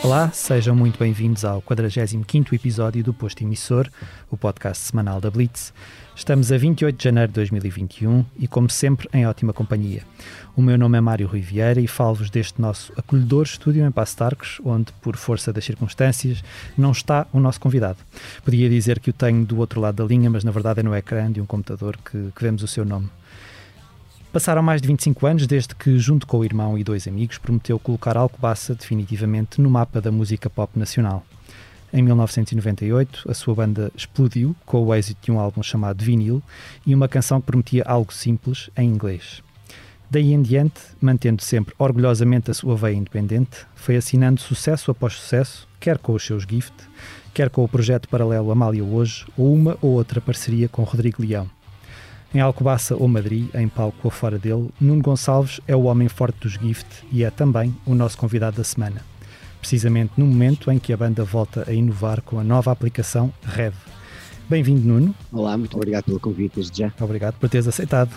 Olá, sejam muito bem-vindos ao 45º episódio do Posto Emissor, o podcast semanal da Blitz. Estamos a 28 de janeiro de 2021 e, como sempre, em ótima companhia. O meu nome é Mário Rui Vieira e falo-vos deste nosso acolhedor estúdio em Paços de Arcos, onde, por força das circunstâncias, não está o nosso convidado. Podia dizer que o tenho do outro lado da linha, mas na verdade é no ecrã de um computador que vemos o seu nome. Passaram mais de 25 anos desde que, junto com o irmão e dois amigos, prometeu colocar Alcobaça definitivamente no mapa da música pop nacional. Em 1998, a sua banda explodiu com o êxito de um álbum chamado Vinil e uma canção que prometia algo simples em inglês. Daí em diante, mantendo sempre orgulhosamente a sua veia independente, foi assinando sucesso após sucesso, quer com os seus Gift, quer com o projeto paralelo Amália Hoje ou uma ou outra parceria com Rodrigo Leão. Em Alcobaça ou Madrid, em palco ou fora dele, Nuno Gonçalves é o homem forte dos Gift e é também o nosso convidado da semana. Precisamente no momento em que a banda volta a inovar com a nova aplicação Rev. Bem-vindo, Nuno. Olá, muito obrigado pelo convite desde já. Obrigado por teres aceitado.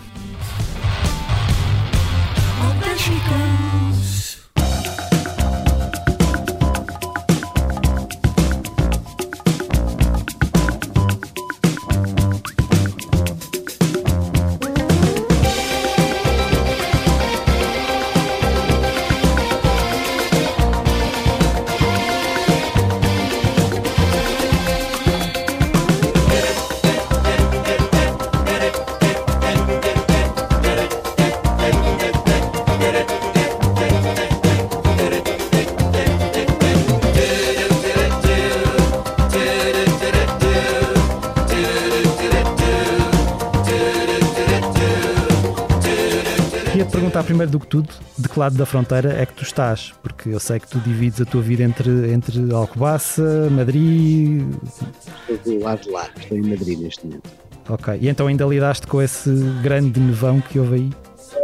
Primeiro do que tudo, de que lado da fronteira é que tu estás? Porque eu sei que tu divides a tua vida entre Alcobaça, Madrid... Estou do lado de lá, estou em Madrid neste momento. Ok, e então ainda lidaste com esse grande nevão que houve aí?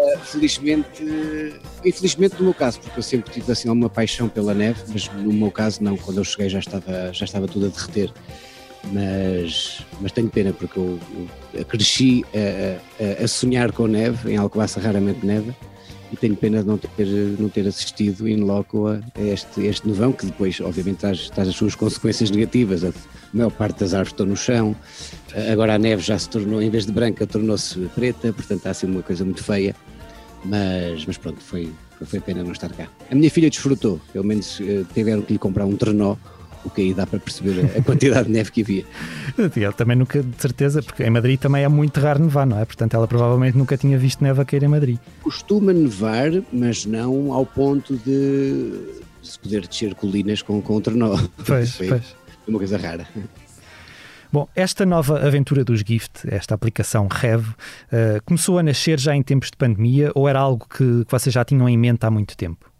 Infelizmente no meu caso, porque eu sempre tive assim uma paixão pela neve, mas no meu caso não, quando eu cheguei já estava tudo a derreter. Mas tenho pena porque eu cresci a sonhar com neve, em Alcobaça raramente neva, e tenho pena de não ter assistido in loco a este nevão, que depois obviamente traz as suas consequências negativas. A maior parte das árvores estão no chão, agora a neve já se tornou, em vez de branca, tornou-se preta, portanto está a ser uma coisa muito feia, mas pronto, foi pena não estar cá. A minha filha desfrutou, pelo menos tiveram que lhe comprar um trenó, o que aí dá para perceber a quantidade de neve que havia. Eu também nunca, de certeza, porque em Madrid também é muito raro nevar, não é? Portanto, ela provavelmente nunca tinha visto neve a cair em Madrid. Costuma nevar, mas não ao ponto de se poder descer colinas com o trenó. Pois. Uma coisa rara. Bom, esta nova aventura dos Gift, esta aplicação Rev, começou a nascer já em tempos de pandemia ou era algo que vocês já tinham em mente há muito tempo?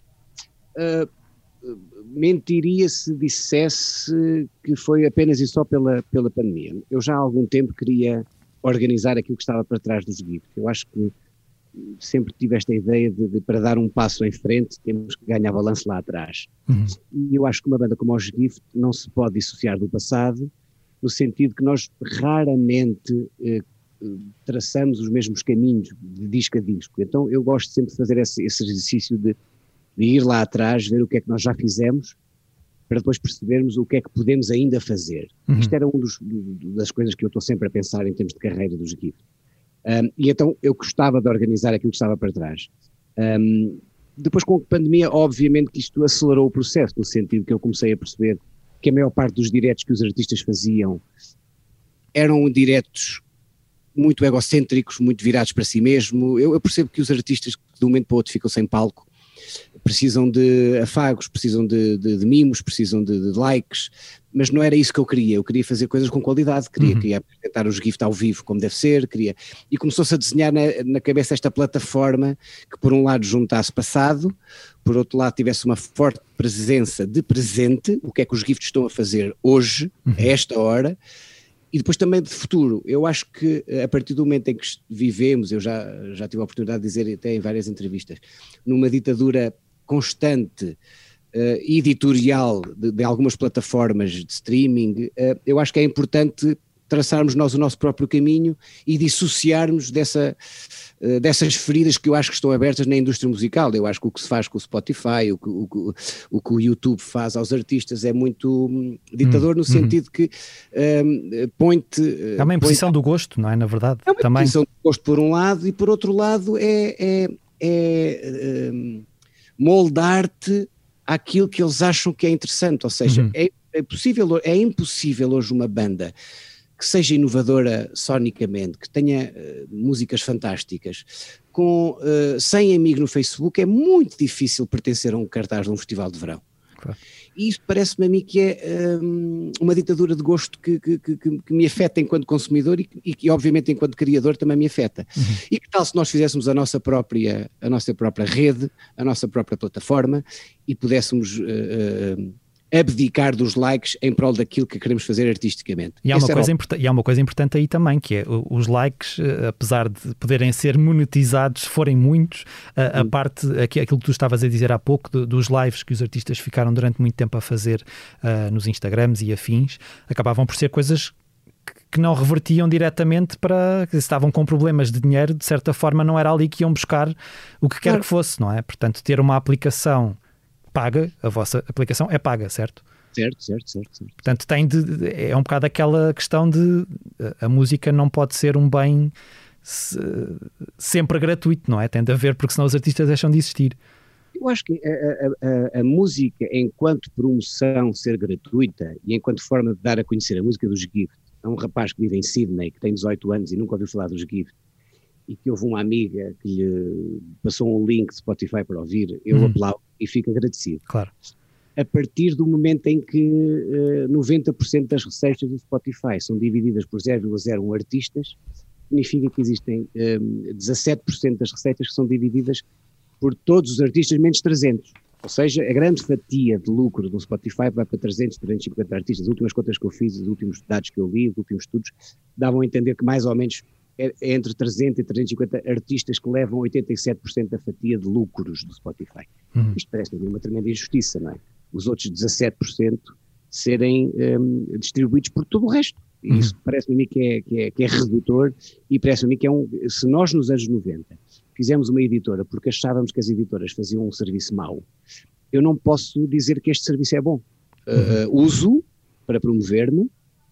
Mentiria se dissesse que foi apenas e só pela pandemia. Eu já há algum tempo queria organizar aquilo que estava para trás dos Gift. Eu acho que sempre tive esta ideia de para dar um passo em frente temos que ganhar balanço lá atrás. Uhum. E eu acho que uma banda como os Gift não se pode dissociar do passado, no sentido que nós raramente traçamos os mesmos caminhos de disco a disco. Então eu gosto sempre de fazer esse exercício de ir lá atrás, ver o que é que nós já fizemos, para depois percebermos o que é que podemos ainda fazer. Uhum. Isto era das coisas que eu estou sempre a pensar em termos de carreira dos Gift. E então eu gostava de organizar aquilo que estava para trás. Depois, com a pandemia, obviamente que isto acelerou o processo, no sentido que eu comecei a perceber que a maior parte dos diretos que os artistas faziam eram diretos muito egocêntricos, muito virados para si mesmo. Eu percebo que os artistas de um momento para o outro ficam sem palco, precisam de afagos, precisam de mimos, precisam de likes, mas não era isso que eu queria fazer coisas com qualidade, queria apresentar os Gift ao vivo como deve ser, e começou-se a desenhar na cabeça esta plataforma que por um lado juntasse passado, por outro lado tivesse uma forte presença de presente, o que é que os Gift estão a fazer hoje, a esta hora, e depois também de futuro. Eu acho que a partir do momento em que vivemos, eu já tive a oportunidade de dizer até em várias entrevistas, numa ditadura constante, editorial de algumas plataformas de streaming, eu acho que é importante traçarmos nós o nosso próprio caminho e dissociarmos dessas feridas que eu acho que estão abertas na indústria musical. Eu acho que o que se faz com o Spotify, o que o YouTube faz aos artistas é muito ditador no sentido que põe-te... É uma imposição do gosto, não é? Na verdade. É uma também. imposição do gosto por um lado e por outro lado moldar-te àquilo que eles acham que é interessante, ou seja, é impossível hoje uma banda que seja inovadora sonicamente, que tenha músicas fantásticas, com 100 amigos no Facebook, é muito difícil pertencer a um cartaz de um festival de verão. Claro. E isso parece-me a mim que é uma ditadura de gosto que me afeta enquanto consumidor e que obviamente enquanto criador também me afeta. E que tal se nós fizéssemos a nossa própria rede, a nossa própria plataforma e pudéssemos abdicar dos likes em prol daquilo que queremos fazer artisticamente. E há uma coisa importante aí também, que é os likes, apesar de poderem ser monetizados, se forem muitos, a parte, aquilo que tu estavas a dizer há pouco, dos lives que os artistas ficaram durante muito tempo a fazer nos Instagrams e afins, acabavam por ser coisas que não revertiam diretamente para... Se estavam com problemas de dinheiro, de certa forma não era ali que iam buscar o que quer que fosse, não é? Portanto, ter uma aplicação paga, a vossa aplicação é paga, certo? Certo. Portanto, é um bocado aquela questão de a música não pode ser um bem sempre gratuito, não é? Tem de haver, porque senão os artistas deixam de existir. Eu acho que a música, enquanto promoção ser gratuita e enquanto forma de dar a conhecer a música dos Gift, é um rapaz que vive em Sydney, que tem 18 anos e nunca ouviu falar dos Gift, e que houve uma amiga que lhe passou um link de Spotify para ouvir, eu aplaudo e fico agradecido. Claro. A partir do momento em que 90% das receitas do Spotify são divididas por 0,01 artistas, significa que existem 17% das receitas que são divididas por todos os artistas menos 300. Ou seja, a grande fatia de lucro do Spotify vai para 300, 350 artistas. As últimas contas que eu fiz, os últimos dados que eu li, os últimos estudos, davam a entender que mais ou menos é entre 300 e 350 artistas que levam 87% da fatia de lucros do Spotify. Isto parece-me uma tremenda injustiça, não é? Os outros 17% serem distribuídos por todo o resto. E isso parece-me a mim que é redutor e parece-me a mim que se nós nos anos 90 fizemos uma editora porque achávamos que as editoras faziam um serviço mau, eu não posso dizer que este serviço é bom. Uso para promover-me,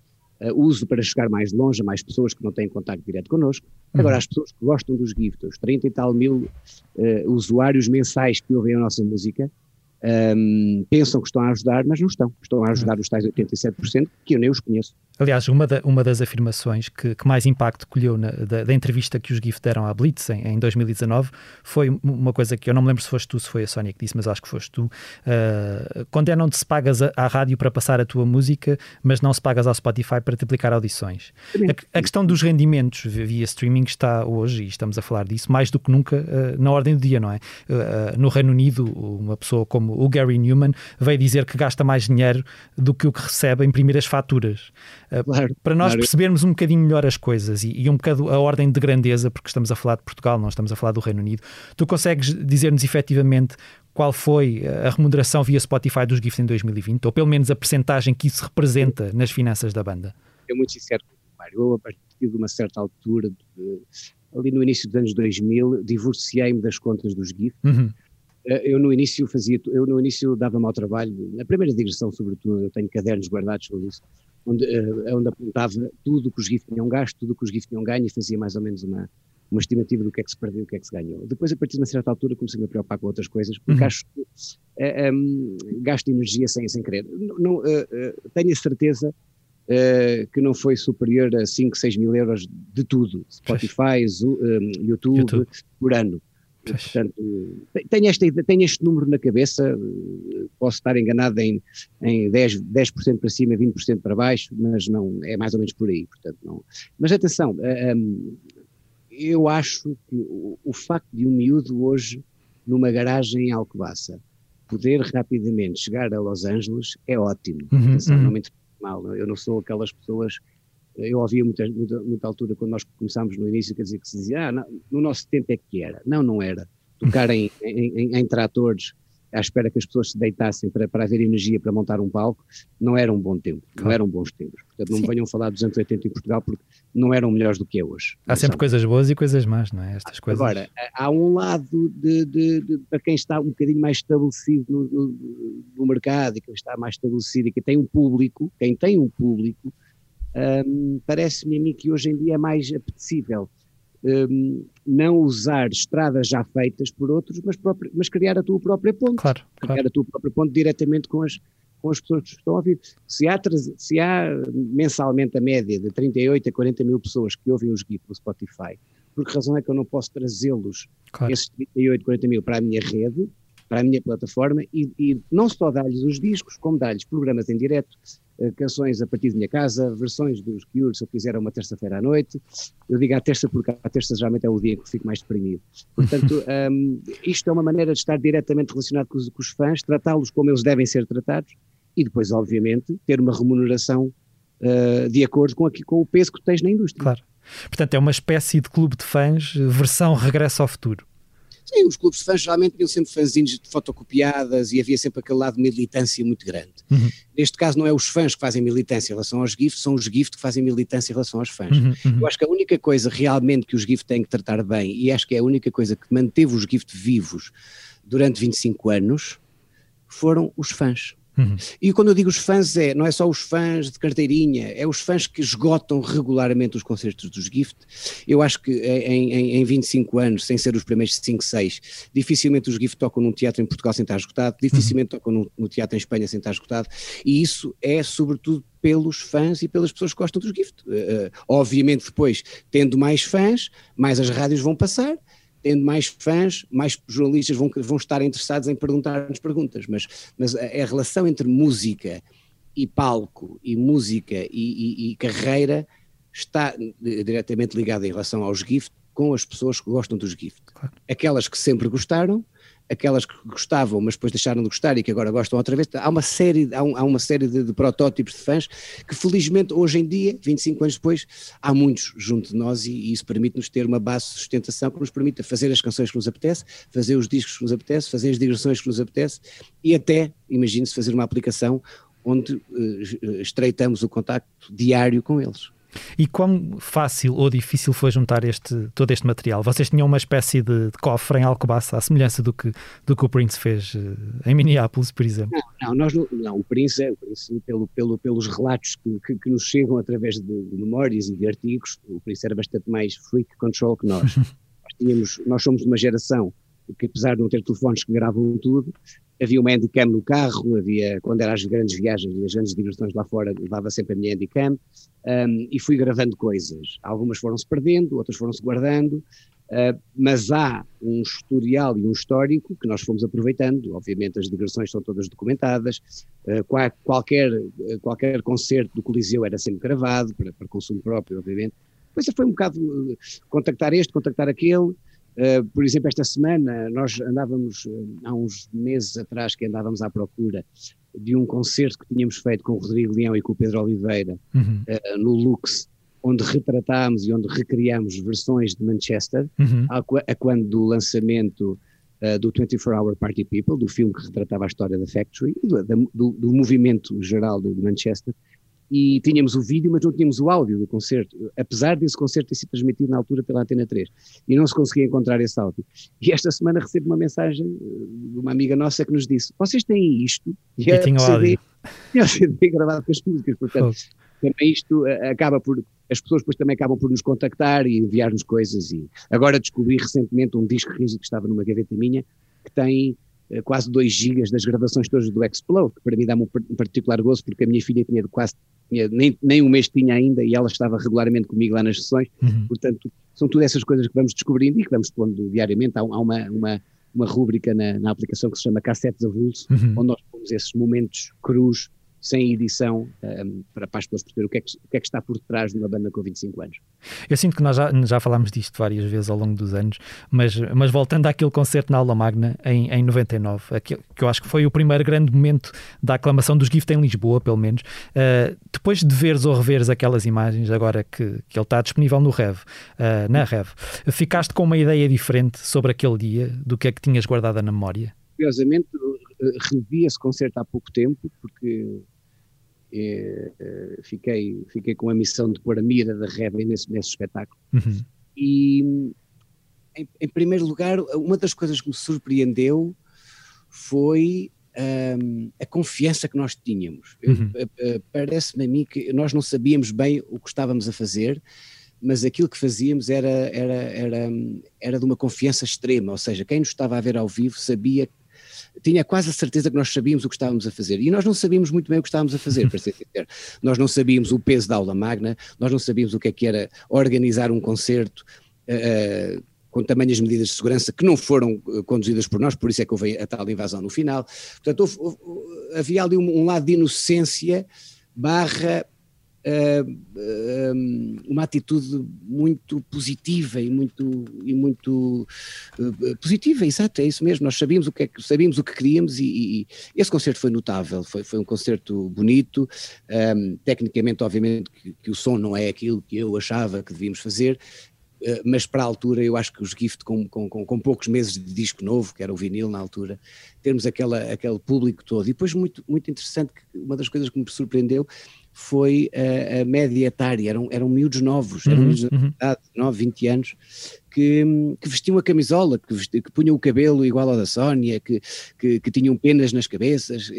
uso para chegar mais longe a mais pessoas que não têm contacto direto connosco. Agora, as pessoas que gostam dos Gift, os 30 e tal mil usuários mensais que ouvem a nossa música, pensam que estão a ajudar, mas não estão. Estão a ajudar os tais 87% que eu nem os conheço. Aliás, uma das afirmações que mais impacto colheu da entrevista que os Gift deram à Blitz em 2019 foi uma coisa que eu não me lembro se foste tu, se foi a Sónia que disse, mas acho que foste tu. Condenam-te se pagas à rádio para passar a tua música, mas não se pagas ao Spotify para te aplicar audições. A questão dos rendimentos via streaming está hoje, e estamos a falar disso, mais do que nunca na ordem do dia, não é? No Reino Unido, uma pessoa como o Gary Newman veio dizer que gasta mais dinheiro do que o que recebe a imprimir as faturas. Claro, para nós percebermos um bocadinho melhor as coisas e um bocado a ordem de grandeza, porque estamos a falar de Portugal, não estamos a falar do Reino Unido, tu consegues dizer-nos efetivamente qual foi a remuneração via Spotify dos Gift em 2020, ou pelo menos a percentagem que isso representa nas finanças da banda? Eu muito sincero com o Mário, eu a partir de uma certa altura, ali no início dos anos 2000, divorciei-me das contas dos Gift. Eu no início dava-me ao trabalho, na primeira digressão sobretudo, eu tenho cadernos guardados sobre isso, onde apontava tudo o que os GIF tinham gasto, tudo o que os GIF tinham ganho e fazia mais ou menos uma estimativa do que é que se perdeu e o que é que se ganhou. Depois, a partir de uma certa altura, comecei-me a preocupar com outras coisas, porque acho que gasto energia sem querer. Tenho a certeza que não foi superior a 5, 6 mil euros de tudo, Spotify, YouTube, por ano. Portanto, tenho este número na cabeça, posso estar enganado em 10% para cima, 20% para baixo, mas não, é mais ou menos por aí, portanto não. Mas atenção, eu acho que o facto de um miúdo hoje, numa garagem em Alcobaça, poder rapidamente chegar a Los Angeles é ótimo. Atenção, não me interessa mal, eu não sou aquelas pessoas. Eu ouvia muita altura quando nós começámos no início, quer dizer, que se dizia, no nosso tempo é que era. Não era. Tocar em tratores à espera que as pessoas se deitassem para haver energia para montar um palco, não era um bom tempo, não eram bons tempos. Portanto, não me venham falar dos anos 80 em Portugal, porque não eram melhores do que é hoje. Há sempre coisas boas e coisas más, não é? Estas coisas. Agora, há um lado para quem está um bocadinho mais estabelecido no mercado, e quem está mais estabelecido e quem tem um público, parece-me a mim que hoje em dia é mais apetecível não usar estradas já feitas por outros, mas criar a tua própria ponte. Claro. Criar a tua própria ponte diretamente com as pessoas que estão a ouvir. Se há mensalmente a média de 38 a 40 mil pessoas que ouvem os GIF no Spotify, por que razão é que eu não posso trazê-los, esses 38, 40 mil, para a minha rede, para a minha plataforma, e não só dar-lhes os discos, como dar-lhes programas em direto, canções a partir de minha casa, versões dos Cure, se eu quiser, uma terça-feira à noite. Eu digo à terça porque a terça geralmente é o dia em que fico mais deprimido. Portanto, isto é uma maneira de estar diretamente relacionado com os fãs, tratá-los como eles devem ser tratados e depois, obviamente, ter uma remuneração de acordo com o peso que tens na indústria. Claro. Portanto, é uma espécie de clube de fãs, versão Regresso ao Futuro. Sim, os clubes de fãs geralmente tinham sempre fanzines de fotocopiadas e havia sempre aquele lado de militância muito grande. Neste caso não é os fãs que fazem militância em relação aos GIF, são os GIF que fazem militância em relação aos fãs. Eu acho que a única coisa realmente que os GIF têm que tratar bem, e acho que é a única coisa que manteve os GIF vivos durante 25 anos, foram os fãs. E quando eu digo os fãs, não é só os fãs de carteirinha, é os fãs que esgotam regularmente os concertos dos Gift. Eu acho que em 25 anos, sem ser os primeiros 5, 6, dificilmente os Gift tocam num teatro em Portugal sem estar esgotado, dificilmente tocam no teatro em Espanha sem estar esgotado, e isso é sobretudo pelos fãs e pelas pessoas que gostam dos Gift. Obviamente depois, tendo mais fãs, mais as rádios vão passar, tendo mais fãs, mais jornalistas vão estar interessados em perguntar-nos perguntas, mas a relação entre música e palco, e música e carreira está diretamente ligada em relação aos Gift com as pessoas que gostam dos Gift. Claro. Aquelas que sempre gostaram, aquelas que gostavam, mas depois deixaram de gostar e que agora gostam outra vez. Há uma série de protótipos de fãs que felizmente hoje em dia, 25 anos depois, há muitos junto de nós e isso permite-nos ter uma base de sustentação que nos permita fazer as canções que nos apetece, fazer os discos que nos apetece, fazer as digressões que nos apetece e até, imagine-se, fazer uma aplicação onde estreitamos o contacto diário com eles. E quão fácil ou difícil foi juntar todo este material? Vocês tinham uma espécie de cofre em Alcobaça, à semelhança do que o Prince fez em Minneapolis, por exemplo? Não, o Prince pelos relatos que nos chegam através de memórias e de artigos, o Prince era bastante mais freak control que nós. Nós somos de uma geração que, apesar de não ter telefones que gravam tudo, havia uma Handycam no carro, quando eram as grandes viagens e as grandes digressões lá fora, levava sempre a minha Handycam, e fui gravando coisas. Algumas foram-se perdendo, outras foram-se guardando, mas há um historial e um histórico que nós fomos aproveitando. Obviamente as digressões são todas documentadas, qualquer concerto do Coliseu era sempre gravado, para consumo próprio, obviamente. Depois foi um bocado contactar este, contactar aquele. Por exemplo, esta semana nós andávamos, há uns meses atrás, que andávamos à procura de um concerto que tínhamos feito com o Rodrigo Leão e com o Pedro Oliveira, no Lux, onde retratámos e onde recriámos versões de Manchester, a quando do lançamento do 24 Hour Party People, do filme que retratava a história da Factory, do movimento geral de Manchester. E tínhamos o vídeo, mas não tínhamos o áudio do concerto, apesar desse concerto ter sido transmitido na altura pela Antena 3, e não se conseguia encontrar esse áudio. E esta semana recebo uma mensagem de uma amiga nossa que nos disse: vocês têm isto? E tinha o áudio. E o CD gravado com as músicas, portanto, também isto acaba por... As pessoas depois também acabam por nos contactar e enviar-nos coisas, e agora descobri recentemente um disco rígido que estava numa gaveta minha, que tem quase 2 gigas das gravações todas do Explode, que para mim dá-me um particular gozo, porque a minha filha tinha nem um mês tinha ainda e ela estava regularmente comigo lá nas sessões, portanto são todas essas coisas que vamos descobrindo e que vamos pondo diariamente. Há uma rúbrica na aplicação que se chama Cassetes Avulso, onde nós pomos esses momentos crus, sem edição, para as pessoas perceber o que é que está por trás de uma banda com 25 anos. Eu sinto que nós já falámos disto várias vezes ao longo dos anos, mas voltando àquele concerto na Aula Magna em 99, que eu acho que foi o primeiro grande momento da aclamação dos Gift em Lisboa, pelo menos, depois de veres ou reveres aquelas imagens, agora que ele está disponível no Rev, na Rev, ficaste com uma ideia diferente sobre aquele dia do que é que tinhas guardado na memória? Curiosamente, revi esse concerto há pouco tempo, porque fiquei com a missão de pôr a mira da Rebbey nesse espetáculo. E, em primeiro lugar, uma das coisas que me surpreendeu foi a confiança que nós tínhamos. Parece-me a mim que nós não sabíamos bem o que estávamos a fazer, mas aquilo que fazíamos era de uma confiança extrema, ou seja, quem nos estava a ver ao vivo tinha quase a certeza que nós sabíamos o que estávamos a fazer, e nós não sabíamos muito bem o que estávamos a fazer, para ser sincero. Nós não sabíamos o peso da aula magna, nós não sabíamos o que era organizar um concerto com tamanhas medidas de segurança que não foram conduzidas por nós, por isso é que houve a tal invasão no final. Portanto, havia ali um lado de inocência barra uma atitude muito positiva e muito positiva, exato, é isso mesmo. Nós sabíamos o que queríamos, e esse concerto foi notável, foi um concerto bonito. Tecnicamente, obviamente, que o som não é aquilo que eu achava que devíamos fazer, mas para a altura eu acho que os Gift, com poucos meses de disco novo, que era o vinil na altura, termos aquele público todo. E depois muito, muito interessante, que uma das coisas que me surpreendeu foi a média etária, eram miúdos novos, eram miúdos de idade, 9, 20 anos, que vestiam a camisola, que punham o cabelo igual ao da Sónia, que tinham penas nas cabeças,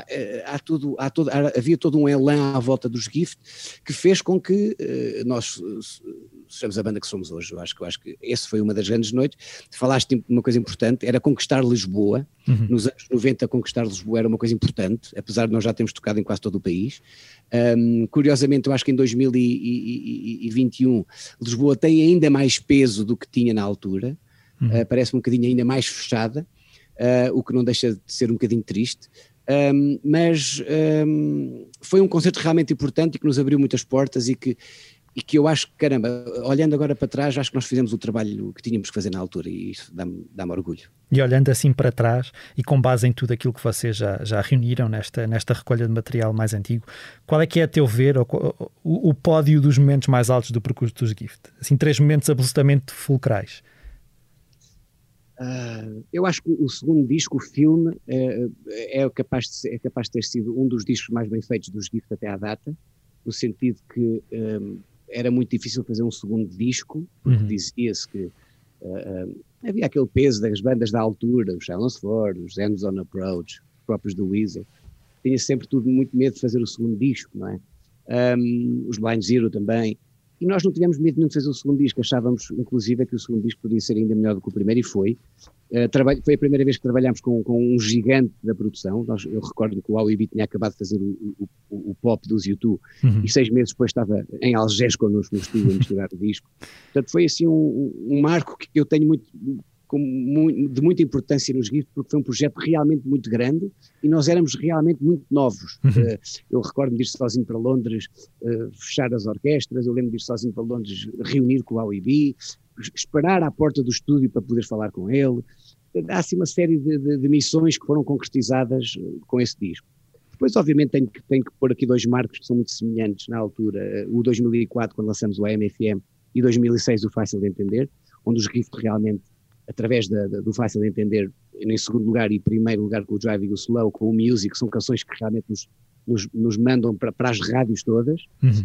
havia todo um elan à volta dos Gift, que fez com que nós sejamos a banda que somos hoje. Eu acho que essa foi uma das grandes noites. Falaste de uma coisa importante, era conquistar Lisboa. Nos anos 90 conquistar Lisboa era uma coisa importante, apesar de nós já termos tocado em quase todo o país. Curiosamente, eu acho que em 2021 Lisboa tem ainda mais peso do que tinha na altura, parece um bocadinho ainda mais fechada, o que não deixa de ser um bocadinho triste, mas foi um concerto realmente importante e que nos abriu muitas portas, e que eu acho que, caramba, olhando agora para trás, acho que nós fizemos o trabalho que tínhamos que fazer na altura, e isso dá-me orgulho. E olhando assim para trás, e com base em tudo aquilo que vocês já reuniram nesta recolha de material mais antigo, qual é que é, a teu ver, o pódio dos momentos mais altos do percurso dos Gift? Assim, 3 momentos absolutamente fulcrais. Eu acho que o segundo disco, o filme, é capaz de ter sido um dos discos mais bem feitos dos Gift até à data, no sentido que era muito difícil fazer um segundo disco, porque dizia-se que havia aquele peso das bandas da altura, os Silence Ford, os Hands on Approach, os próprios do Weezer. Tinha sempre tudo muito medo de fazer o segundo disco, não é? Os Blind Zero também. E nós não tivemos medo nenhum de fazer o segundo disco, achávamos inclusive que o segundo disco podia ser ainda melhor do que o primeiro, e foi. Foi a primeira vez que trabalhámos com um gigante da produção. Eu recordo que o AOIB tinha acabado de fazer o pop dos U2, e 6 meses depois estava em Algés connosco no estúdio a misturar o disco. Portanto, foi assim um marco que eu tenho de muita importância nos Gift, porque foi um projeto realmente muito grande e nós éramos realmente muito novos. Eu recordo-me de ir sozinho para Londres, fechar as orquestras, eu lembro de ir sozinho para Londres, reunir com o AOIB, esperar à porta do estúdio para poder falar com ele. Há assim uma série de missões que foram concretizadas com esse disco. Depois, obviamente, tenho que pôr aqui 2 marcos que são muito semelhantes na altura, o 2004, quando lançamos o AMFM, e 2006, o Fácil de Entender, onde os Gift realmente, através do Fácil de Entender, em segundo lugar e primeiro lugar com o Drive e o Slow, com o Music, são canções que realmente nos mandam para as rádios todas.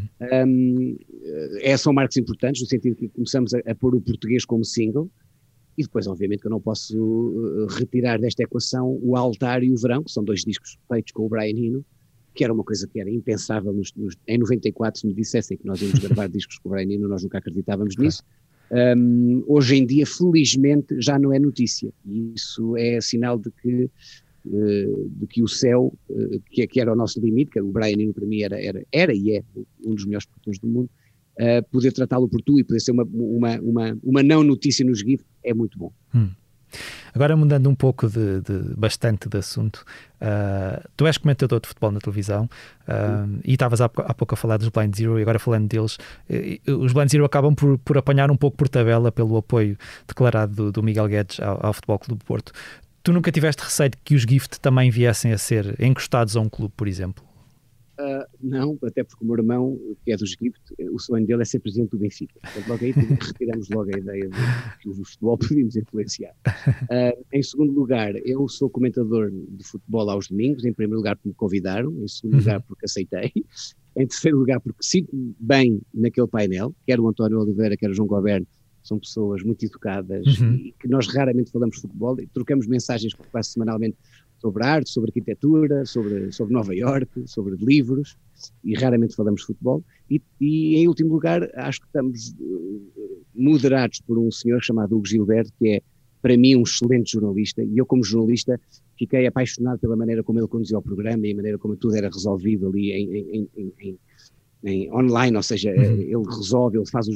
São marcos importantes, no sentido que começamos a pôr o português como single, e depois, obviamente, que eu não posso retirar desta equação o Altar e o Verão, que são 2 discos feitos com o Brian Eno, que era uma coisa que era impensável em 94, se me dissessem que nós íamos gravar discos com o Brian Eno, nós nunca acreditávamos nisso. Hoje em dia, felizmente, já não é notícia, e isso é sinal de que o céu, que era o nosso limite, que o Brian Eno para mim era e é um dos melhores produtores do mundo, poder tratá-lo por tu e poder ser uma não notícia nos Gift é muito bom. Agora, mudando um pouco bastante de assunto, tu és comentador de futebol na televisão, e estavas há pouco a falar dos Blind Zero, e agora falando deles, os Blind Zero acabam por apanhar um pouco por tabela pelo apoio declarado do Miguel Guedes ao Futebol Clube do Porto. Tu nunca tiveste receio de que os Gift também viessem a ser encostados a um clube, por exemplo? Não, até porque o meu irmão, que é do Gift, o sonho dele é ser presidente do Benfica. Portanto, logo aí retiramos logo a ideia de que o futebol podíamos influenciar. Em segundo lugar, eu sou comentador de futebol aos domingos, em primeiro lugar porque me convidaram, em segundo lugar porque aceitei, em terceiro lugar porque sinto-me bem naquele painel, quer o António Oliveira, quer o João Goberno, são pessoas muito educadas e que nós raramente falamos de futebol e trocamos mensagens quase semanalmente sobre arte, sobre arquitetura, sobre Nova Iorque, sobre livros, e raramente falamos de futebol. E em último lugar, acho que estamos moderados por um senhor chamado Hugo Gilberto, que é, para mim, um excelente jornalista, e eu, como jornalista, fiquei apaixonado pela maneira como ele conduzia o programa e a maneira como tudo era resolvido ali em online, ou seja, ele resolve, ele faz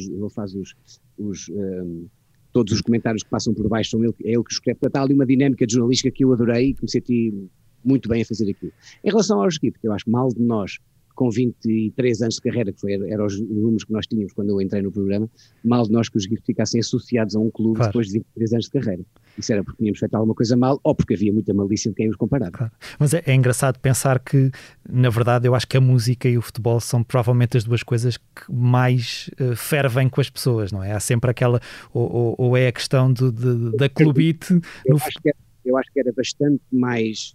todos os comentários que passam por baixo, é ele que escreve. Portanto, há ali uma dinâmica de jornalística que eu adorei e que me senti muito bem a fazer aquilo. Em relação aos Gift, eu acho que mal de nós, com 23 anos de carreira, que eram os números que nós tínhamos quando eu entrei no programa, mal de nós que os Gift ficassem associados a um clube depois de 23 anos de carreira. Isso era porque tínhamos feito alguma coisa mal ou porque havia muita malícia de quem os comparava. Claro. Mas é engraçado pensar que, na verdade, eu acho que a música e o futebol são provavelmente as duas coisas que mais fervem com as pessoas, não é? Há sempre aquela, ou é a questão da clubite. Eu acho que era bastante mais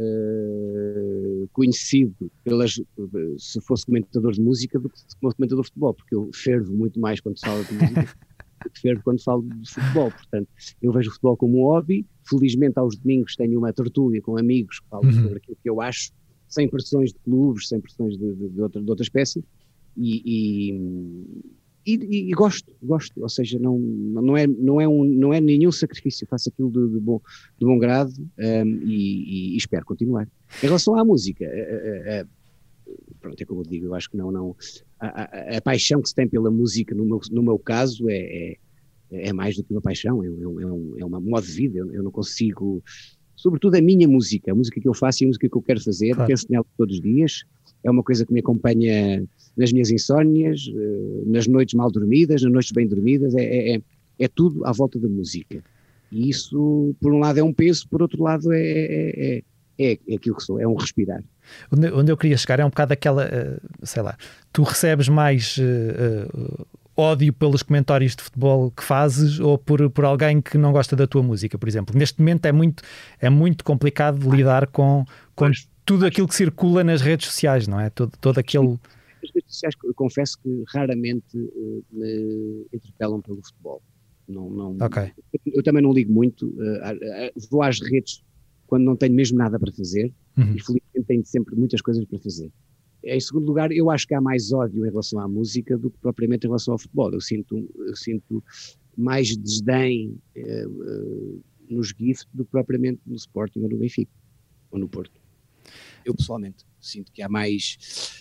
conhecido se fosse comentador de música do que se fosse comentador de futebol, porque eu fervo muito mais quando se fala de música do que fervo quando falo de futebol. Portanto, eu vejo o futebol como um hobby. Felizmente, aos domingos tenho uma tertúlia com amigos que falam sobre aquilo que eu acho, sem pressões de clubes, sem pressões de outra espécie, e gosto, ou seja, não é nenhum sacrifício, faço aquilo de bom grado e espero continuar. Em relação à música, pronto, é como eu digo, eu acho que a paixão que se tem pela música, no meu caso, é mais do que uma paixão, é uma modo de vida. Eu não consigo, sobretudo a minha música, a música que eu faço e a música que eu quero fazer, claro. Penso nela todos os dias, é uma coisa que me acompanha nas minhas insónias, nas noites mal dormidas, nas noites bem dormidas, é tudo à volta da música. E isso, por um lado, é um peso, por outro lado, é aquilo que sou, é um respirar. Onde eu queria chegar é um bocado aquela, sei lá, tu recebes mais ódio pelos comentários de futebol que fazes ou por alguém que não gosta da tua música, por exemplo. Neste momento é muito complicado lidar com tudo aquilo que circula nas redes sociais, não é? Todo aquele... As redes sociais, eu confesso que raramente me interpelam pelo futebol. Okay. Eu também não ligo muito, vou às redes quando não tenho mesmo nada para fazer e felizmente tenho sempre muitas coisas para fazer. Em segundo lugar, eu acho que há mais ódio em relação à música do que propriamente em relação ao futebol. Eu sinto mais desdém nos Gift do que propriamente no Sporting ou no Benfica ou no Porto. Eu pessoalmente sinto que há mais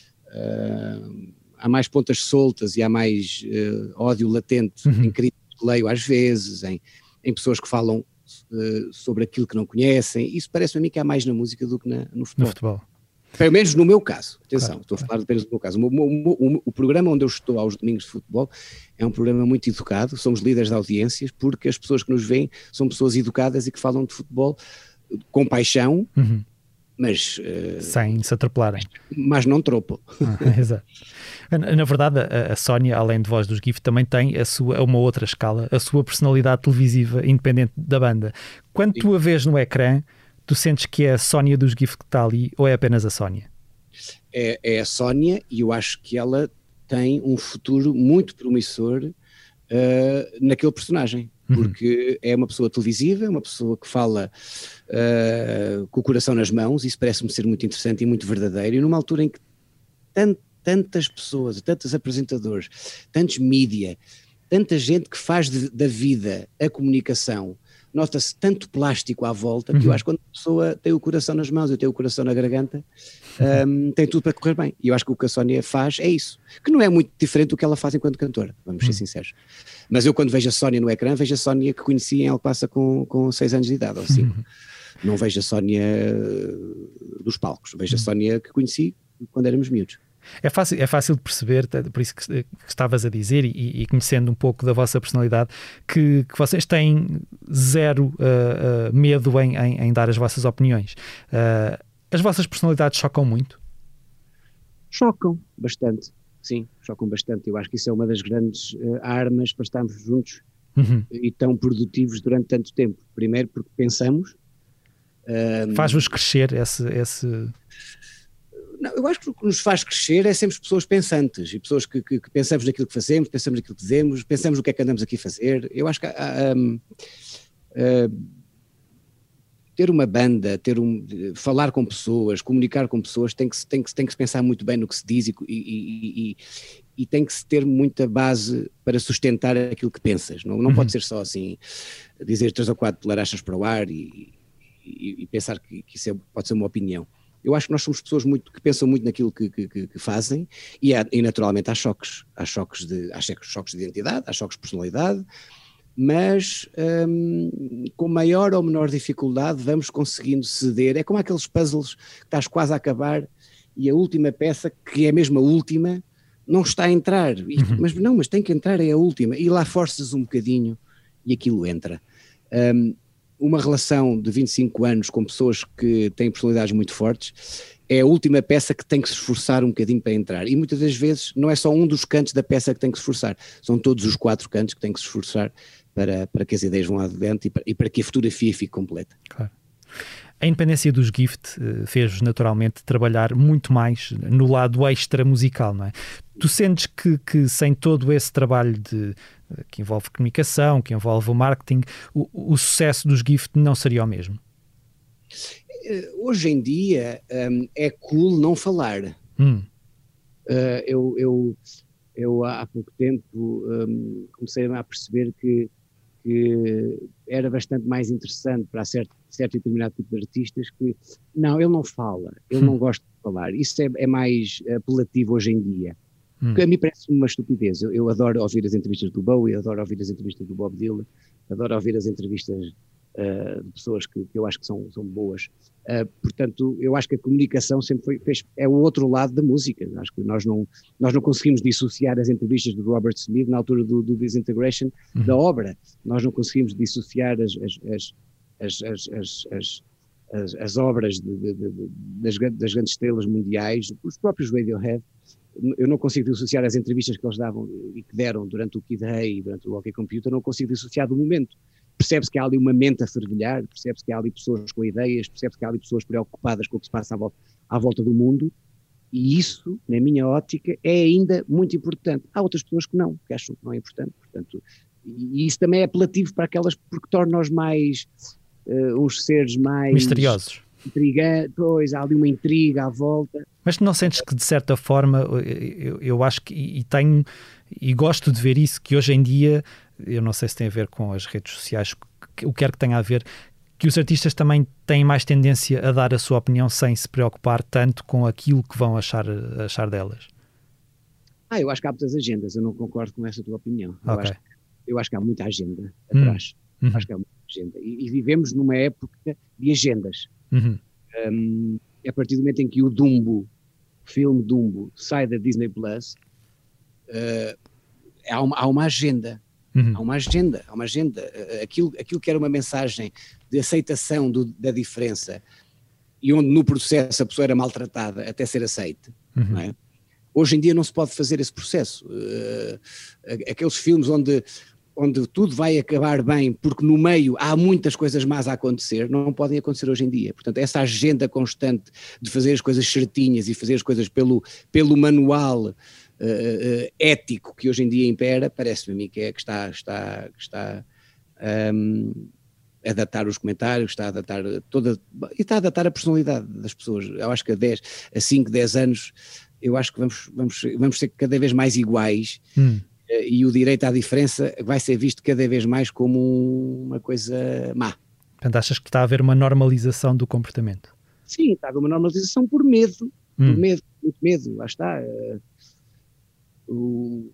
pontas soltas e há mais ódio latente em críticas que leio às vezes, em pessoas que falam sobre aquilo que não conhecem. Isso parece-me a mim que há mais na música do que no futebol. Pelo menos no meu caso, atenção, estou a falar apenas do meu caso. O programa onde eu estou aos domingos de futebol é um programa muito educado, somos líderes de audiências, porque as pessoas que nos veem são pessoas educadas e que falam de futebol com paixão, mas... sem se atropelarem. Mas não tropam. Exato. Na verdade, a Sónia, além de voz dos Gift, também tem uma outra escala, a sua personalidade televisiva independente da banda. Quando tu a vês no ecrã, tu sentes que é a Sónia dos Gift que está ali ou é apenas a Sónia? É a Sónia e eu acho que ela tem um futuro muito promissor naquele personagem, porque é uma pessoa televisiva, é uma pessoa que fala com o coração nas mãos, isso parece-me ser muito interessante e muito verdadeiro, e numa altura em que tantas pessoas, tantos apresentadores, tantos mídia, tanta gente que faz da vida a comunicação, nota-se tanto plástico à volta, que eu acho que quando a pessoa tem o coração nas mãos, eu tenho o coração na garganta, tem tudo para correr bem. E eu acho que o que a Sónia faz é isso, que não é muito diferente do que ela faz enquanto cantora, vamos ser sinceros. Mas eu quando vejo a Sónia no ecrã, vejo a Sónia que conheci em Alcobaça com 6 anos de idade, ou 5. Não vejo a Sónia dos palcos, vejo a Sónia que conheci quando éramos miúdos. É fácil de perceber, por isso que estavas a dizer, e conhecendo um pouco da vossa personalidade, que vocês têm zero medo em dar as vossas opiniões. As vossas personalidades chocam muito? chocam bastante. Sim, chocam bastante. Eu acho que isso é uma das grandes armas para estarmos juntos e tão produtivos durante tanto tempo. Primeiro porque pensamos. Faz-vos crescer esse... Não, eu acho que o que nos faz crescer é sempre pessoas pensantes e pessoas que pensamos naquilo que fazemos, pensamos naquilo que dizemos, pensamos no que é que andamos aqui a fazer. Eu acho que ter uma banda, falar com pessoas, comunicar com pessoas, tem que se pensar muito bem no que se diz e tem que se ter muita base para sustentar aquilo que pensas. Não pode ser só assim, dizer 3 ou 4 larachas para o ar e pensar que isso pode ser uma opinião. Eu acho que nós somos pessoas que pensam muito naquilo que fazem e naturalmente há choques de identidade, há choques de personalidade, mas com maior ou menor dificuldade vamos conseguindo ceder. É como aqueles puzzles que estás quase a acabar e a última peça, que é mesmo a última, não está a entrar. Mas tem que entrar, é a última. E lá forças um bocadinho e aquilo entra. Uma relação de 25 anos com pessoas que têm personalidades muito fortes é a última peça que tem que se esforçar um bocadinho para entrar. E muitas das vezes não é só um dos cantos da peça que tem que se esforçar, são todos os 4 cantos que têm que se esforçar para que as ideias vão adiante e para que a fotografia fique completa. Claro. A independência dos Gift fez-vos naturalmente trabalhar muito mais no lado extra musical, não é? Tu sentes que sem todo esse trabalho que envolve comunicação, que envolve o marketing, o sucesso dos Gift não seria o mesmo? Hoje em dia é cool não falar. Eu há pouco tempo comecei a perceber que era bastante mais interessante para certo e determinado tipo de artistas que, não, ele não fala, ele não gosta de falar. Isso é mais apelativo hoje em dia. Porque a mim parece-me uma estupidez. Eu adoro ouvir as entrevistas do Bowie, adoro ouvir as entrevistas do Bob Dylan, adoro ouvir as entrevistas de pessoas que eu acho que são boas. Portanto, eu acho que a comunicação sempre é o outro lado da música. Acho que nós não conseguimos dissociar as entrevistas do Robert Smith na altura do Disintegration da obra. Nós não conseguimos dissociar as obras das grandes estrelas mundiais, os próprios Radiohead. Eu não consigo dissociar as entrevistas que eles davam e que deram durante o Kid Hey e durante o OK Computer, não consigo dissociar do momento. Percebe-se que há ali uma mente a fervilhar, percebe-se que há ali pessoas com ideias, percebe-se que há ali pessoas preocupadas com o que se passa à volta do mundo, e isso, na minha ótica, é ainda muito importante. Há outras pessoas que acham que não é importante, portanto, e isso também é apelativo para aquelas, porque torna-os mais, uns seres mais... misteriosos. Pois, há ali uma intriga à volta. Mas não sentes que, de certa forma, eu acho que, e gosto de ver isso, que hoje em dia, eu não sei se tem a ver com as redes sociais, o que quer que tenha a ver, que os artistas também têm mais tendência a dar a sua opinião sem se preocupar tanto com aquilo que vão achar delas? Eu acho que há muitas agendas, eu não concordo com essa tua opinião. Okay. Eu acho que há muita agenda atrás. Acho que há muita agenda. E vivemos numa época de agendas. A partir do momento em que o filme Dumbo, sai da Disney Plus, há uma agenda. Há uma agenda. Aquilo que era uma mensagem de aceitação da diferença e onde no processo a pessoa era maltratada até ser aceite, não é? Hoje em dia não se pode fazer esse processo. Aqueles filmes onde tudo vai acabar bem, porque no meio há muitas coisas más a acontecer, não podem acontecer hoje em dia. Portanto, essa agenda constante de fazer as coisas certinhas e fazer as coisas pelo manual ético que hoje em dia impera, parece-me a mim que está a adaptar os comentários, está a adaptar a personalidade das pessoas. Eu acho que a 5, 10 anos, eu acho que vamos ser cada vez mais iguais. E o direito à diferença vai ser visto cada vez mais como uma coisa má. Portanto, achas que está a haver uma normalização do comportamento? Sim, está a haver uma normalização por medo, muito medo, lá está. O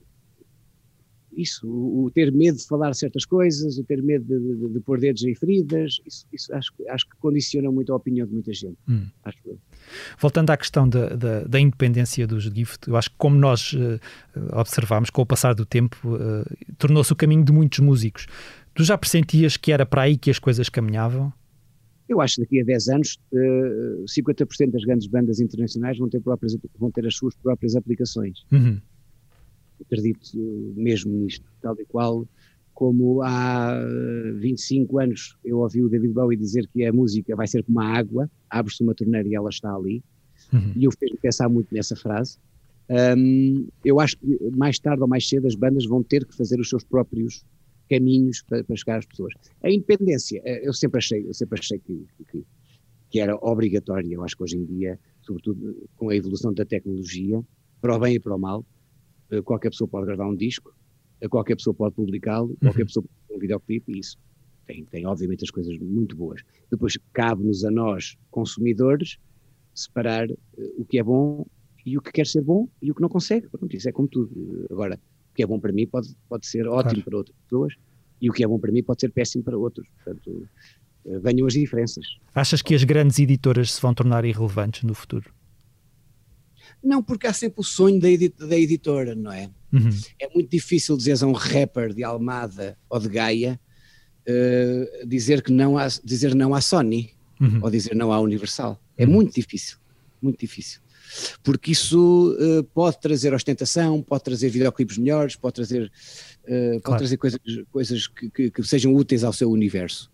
ter medo de falar certas coisas, o ter medo de pôr dedos em feridas, isso acho que condiciona muito a opinião de muita gente. Acho eu. Voltando à questão da independência dos Gift, eu acho que, como nós observámos, com o passar do tempo, tornou-se o caminho de muitos músicos. Tu já pressentias que era para aí que as coisas caminhavam? Eu acho que daqui a 10 anos 50% das grandes bandas internacionais vão ter as suas próprias aplicações. Uhum. Acredito mesmo nisto, tal e qual como há 25 anos eu ouvi o David Bowie dizer que a música vai ser como a água, abre-se uma torneira e ela está ali, e eu fez-me pensar muito nessa frase. Eu acho que mais tarde ou mais cedo as bandas vão ter que fazer os seus próprios caminhos para chegar às pessoas. A independência, eu sempre achei que era obrigatória. Eu acho que hoje em dia, sobretudo com a evolução da tecnologia, para o bem e para o mal, qualquer pessoa pode gravar um disco, qualquer pessoa pode publicá-lo, qualquer pessoa pode fazer um videoclipe, e isso tem obviamente as coisas muito boas. Depois cabe-nos a nós, consumidores, separar o que é bom e o que quer ser bom e o que não consegue. Pronto, isso é como tudo. Agora, o que é bom para mim pode ser ótimo para outras pessoas, e o que é bom para mim pode ser péssimo para outros. Portanto, venham as diferenças. Achas que as grandes editoras se vão tornar irrelevantes no futuro? Não, porque há sempre o sonho da editora, não é? Uhum. É muito difícil dizeres a um rapper de Almada ou de Gaia dizer não à Sony, ou dizer não à Universal. É muito difícil, muito difícil. Porque isso pode trazer ostentação, pode trazer videoclipes melhores, pode trazer coisas que sejam úteis ao seu universo.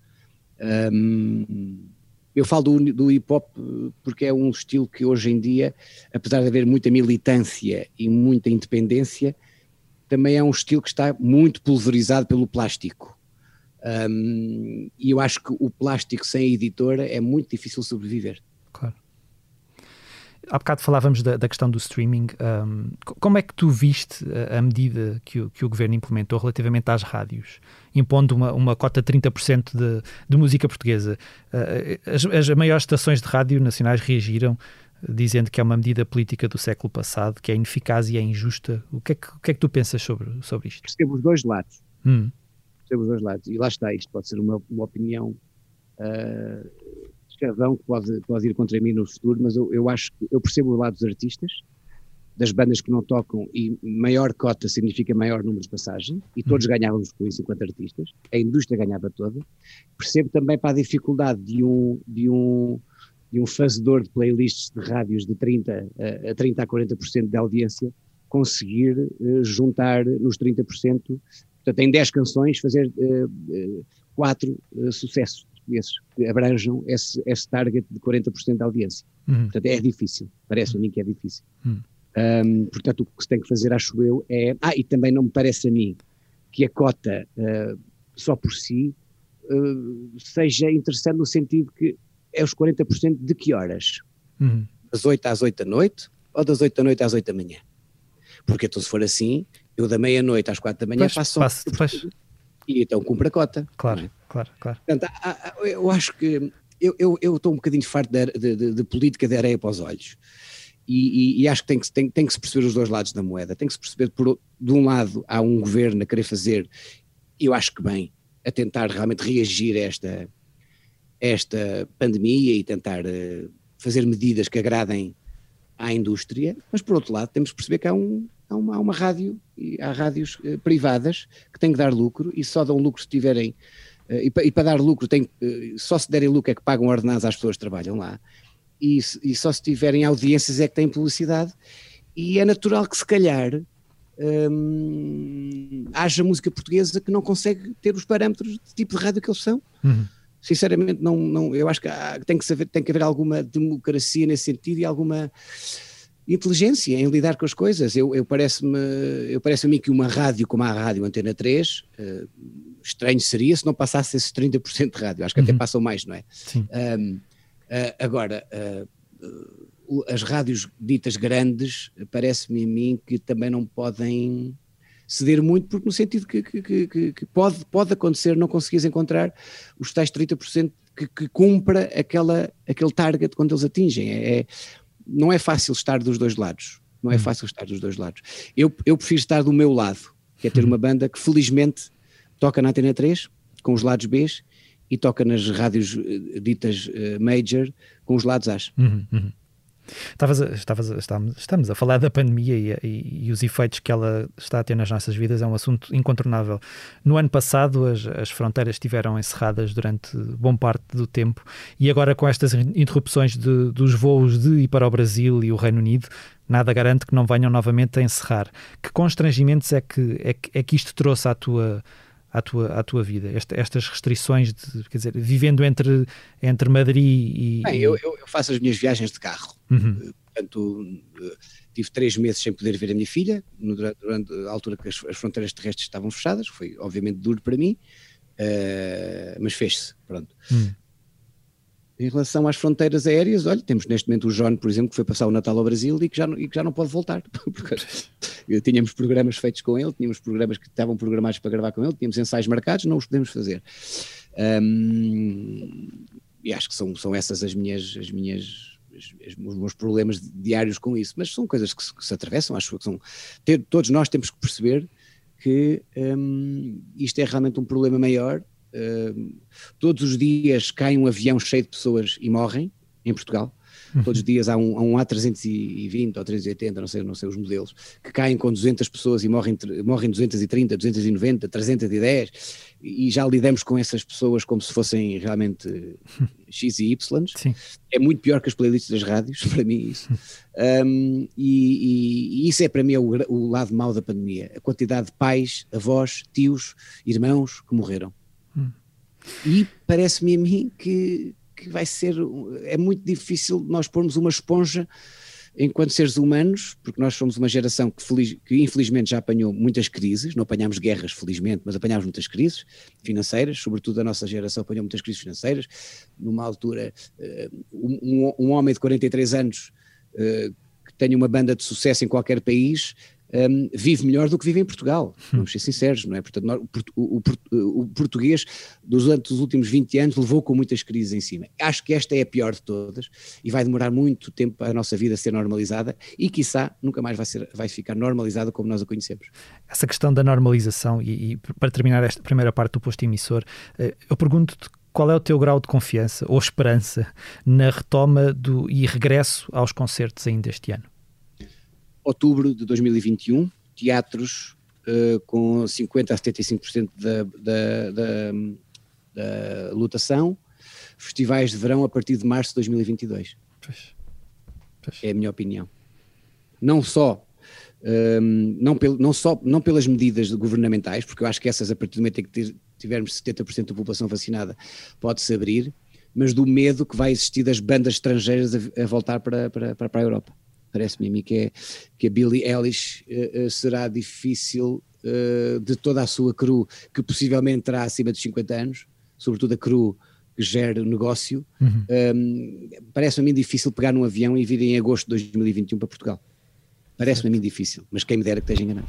Eu falo do hip-hop porque é um estilo que hoje em dia, apesar de haver muita militância e muita independência, também é um estilo que está muito pulverizado pelo plástico. E eu acho que o plástico sem a editora é muito difícil sobreviver. Claro. Há bocado falávamos da questão do streaming. Como é que tu viste a medida que o governo implementou relativamente às rádios, impondo uma cota de 30% de música portuguesa? As maiores estações de rádio nacionais reagiram, dizendo que é uma medida política do século passado, que é ineficaz e é injusta. O que é que tu pensas sobre isto? Percebo os dois lados. Percebo os dois lados. E lá está, isto pode ser uma opinião escravão que pode ir contra mim no futuro, mas eu acho que eu percebo o lado dos artistas, das bandas que não tocam, e maior cota significa maior número de passagem, e todos ganhávamos com isso enquanto artistas, a indústria ganhava toda. Percebo também para a dificuldade de um fazedor de playlists de rádios de 30 a 40% de audiência conseguir juntar nos 30%, portanto em 10 canções fazer 4 sucessos portugueses que abranjam esse target de 40% de audiência. Portanto é difícil, parece a mim que é difícil. Portanto o que se tem que fazer, acho eu, é... e também não me parece a mim que a cota só por si seja interessante no sentido que é os 40% de que horas? Das 8 às 8 da noite ou das 8 da noite às 8 da manhã? Porque então se for assim, eu da meia-noite às 4 da manhã passo e então cumpro a cota. Claro, é? claro. Portanto, eu acho que eu estou um bocadinho farto de política de areia para os olhos. E acho que tem que se perceber os dois lados da moeda. Tem que se perceber, de um lado, há um governo a querer fazer, eu acho que bem, a tentar realmente reagir a esta pandemia e tentar fazer medidas que agradem à indústria, mas por outro lado temos que perceber que há uma rádio, e há rádios privadas que têm que dar lucro e só dão lucro se tiverem, e para dar lucro só se derem lucro é que pagam ordenados às pessoas que trabalham lá, e só se tiverem audiências é que têm publicidade, e é natural que se calhar haja música portuguesa que não consegue ter os parâmetros de tipo de rádio que eles são. Sinceramente, não, eu acho que tem que haver alguma democracia nesse sentido e alguma inteligência em lidar com as coisas. Parece-me a mim que uma rádio como a Rádio Antena 3, estranho seria se não passasse esses 30% de rádio. Acho que até passam mais, não é? Sim. Agora, as rádios ditas grandes, parece-me a mim que também não podem ceder muito, porque no sentido que pode acontecer não conseguires encontrar os tais 30% que cumpra aquele target quando eles atingem. Não é fácil estar dos dois lados. Não é fácil estar dos dois lados. Eu prefiro estar do meu lado, que é ter uma banda que felizmente toca na Antena 3, com os lados B, e toca nas rádios ditas major, com os lados A. Estamos a falar da pandemia e os efeitos que ela está a ter nas nossas vidas. É um assunto incontornável. No ano passado as fronteiras estiveram encerradas durante bom parte do tempo, e agora com estas interrupções dos voos de e para o Brasil e o Reino Unido, nada garante que não venham novamente a encerrar. Que constrangimentos é que isto trouxe à tua vida? Estas restrições, quer dizer, vivendo entre Madrid e... Bem, eu faço as minhas viagens de carro. Uhum. Portanto, tive 3 meses sem poder ver a minha filha, durante a altura que as fronteiras terrestres estavam fechadas. Foi obviamente duro para mim, mas fez-se, pronto. Em relação às fronteiras aéreas, olha, temos neste momento o John, por exemplo, que foi passar o Natal ao Brasil e que já não pode voltar, porque tínhamos programas feitos com ele, tínhamos programas que estavam programados para gravar com ele, tínhamos ensaios marcados, não os podemos fazer. E acho que são essas os meus problemas diários com isso, mas são coisas que se atravessam. Acho que todos nós temos que perceber que isto é realmente um problema maior. Todos os dias cai um avião cheio de pessoas e morrem em Portugal. Todos os dias há um A320 ou 380, não sei os modelos, que caem com 200 pessoas e morrem 230, 290, 310, e já lidamos com essas pessoas como se fossem realmente X e Y. Sim. É muito pior que as playlists das rádios, para mim isso. E isso é para mim o lado mau da pandemia, a quantidade de pais, avós, tios, irmãos que morreram. E parece-me a mim que vai ser, é muito difícil nós pormos uma esponja enquanto seres humanos, porque nós somos uma geração que infelizmente já apanhou muitas crises, não apanhámos guerras felizmente, mas apanhámos muitas crises financeiras, sobretudo a nossa geração apanhou muitas crises financeiras. Numa altura, um homem de 43 anos que tenha uma banda de sucesso em qualquer país, vive melhor do que vive em Portugal, vamos ser sinceros, não é? Portanto, o português durante os últimos 20 anos levou com muitas crises em cima. Acho que esta é a pior de todas e vai demorar muito tempo para a nossa vida ser normalizada e, quiçá, nunca mais vai ficar normalizada como nós a conhecemos. Essa questão da normalização, e para terminar esta primeira parte do posto emissor, eu pergunto-te qual é o teu grau de confiança ou esperança na retoma e regresso aos concertos ainda este ano? Outubro de 2021, teatros com 50% a 75% da lotação, festivais de verão a partir de março de 2022. Pois. É a minha opinião. Não pelas medidas governamentais, porque eu acho que essas, a partir do momento em que tivermos 70% da população vacinada, pode-se abrir, mas do medo que vai existir das bandas estrangeiras a voltar para a Europa. Parece-me a mim que a Billie Eilish será difícil, de toda a sua crew, que possivelmente terá acima de 50 anos, sobretudo a crew que gera o negócio. Parece-me a mim difícil pegar num avião e vir em agosto de 2021 para Portugal. Parece-me a mim difícil, mas quem me dera que esteja enganado.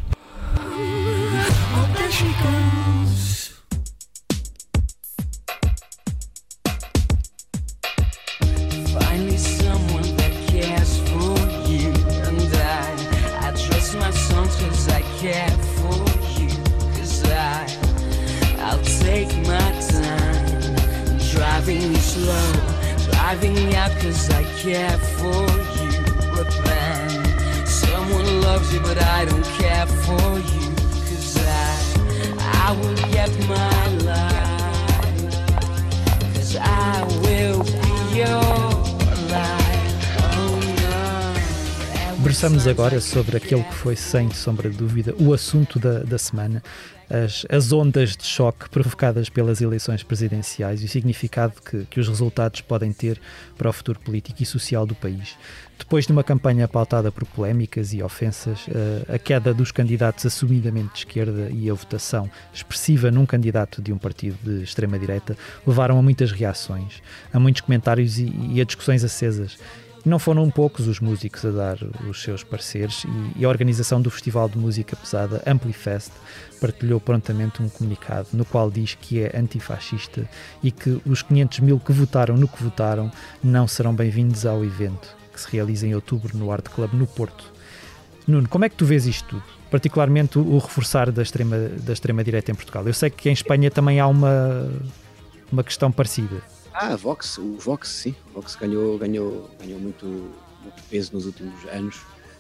Driving me out 'cause I care for you, but then someone loves you but I don't care for you, 'cause I will get my life, 'cause I will be your life. Oh no. Versamos agora sobre aquele que foi, sem sombra de dúvida, o assunto da semana. As ondas de choque provocadas pelas eleições presidenciais e o significado que os resultados podem ter para o futuro político e social do país. Depois de uma campanha pautada por polémicas e ofensas, a queda dos candidatos assumidamente de esquerda e a votação expressiva num candidato de um partido de extrema-direita levaram a muitas reações, a muitos comentários e a discussões acesas. E não foram poucos os músicos a dar os seus pareceres, e a organização do Festival de Música Pesada Amplifest partilhou prontamente um comunicado no qual diz que é antifascista e que os 500 mil que votaram no que votaram não serão bem-vindos ao evento que se realiza em outubro no Art Club no Porto. Nuno, como é que tu vês isto tudo? Particularmente o reforçar da extrema-direita em Portugal. Eu sei que em Espanha também há uma questão parecida. O Vox, sim. O Vox ganhou muito peso nos últimos anos.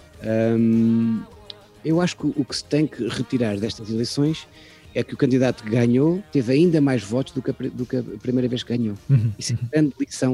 Eu acho que o que se tem que retirar destas eleições é que o candidato que ganhou teve ainda mais votos do que a primeira vez que ganhou. Isso é a grande lição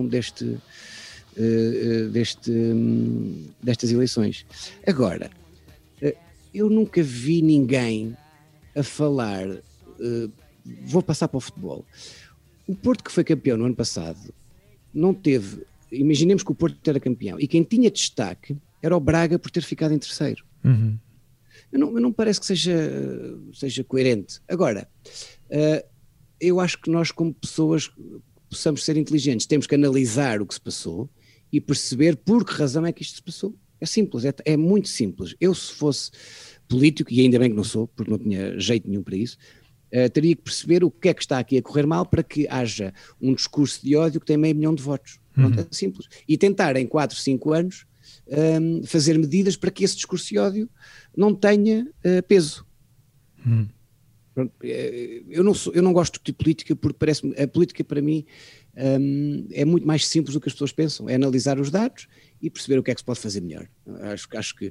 destas eleições. Agora, eu nunca vi ninguém a falar, vou passar para o futebol. O Porto, que foi campeão no ano passado, não teve, imaginemos que o Porto era campeão, e quem tinha destaque era o Braga por ter ficado em terceiro. Eu não parece que seja coerente. Agora, eu acho que nós, como pessoas, possamos ser inteligentes, temos que analisar o que se passou e perceber por que razão é que isto se passou. É simples, é muito simples. Eu, se fosse político, e ainda bem que não sou, porque não tinha jeito nenhum para isso, teria que perceber o que é que está aqui a correr mal para que haja um discurso de ódio que tem 500 mil de votos. Pronto, é simples. E tentar em 4, 5 anos fazer medidas para que esse discurso de ódio não tenha peso. Pronto, eu não gosto de política porque parece-me, a política para mim é muito mais simples do que as pessoas pensam, é analisar os dados e perceber o que é que se pode fazer melhor. Acho que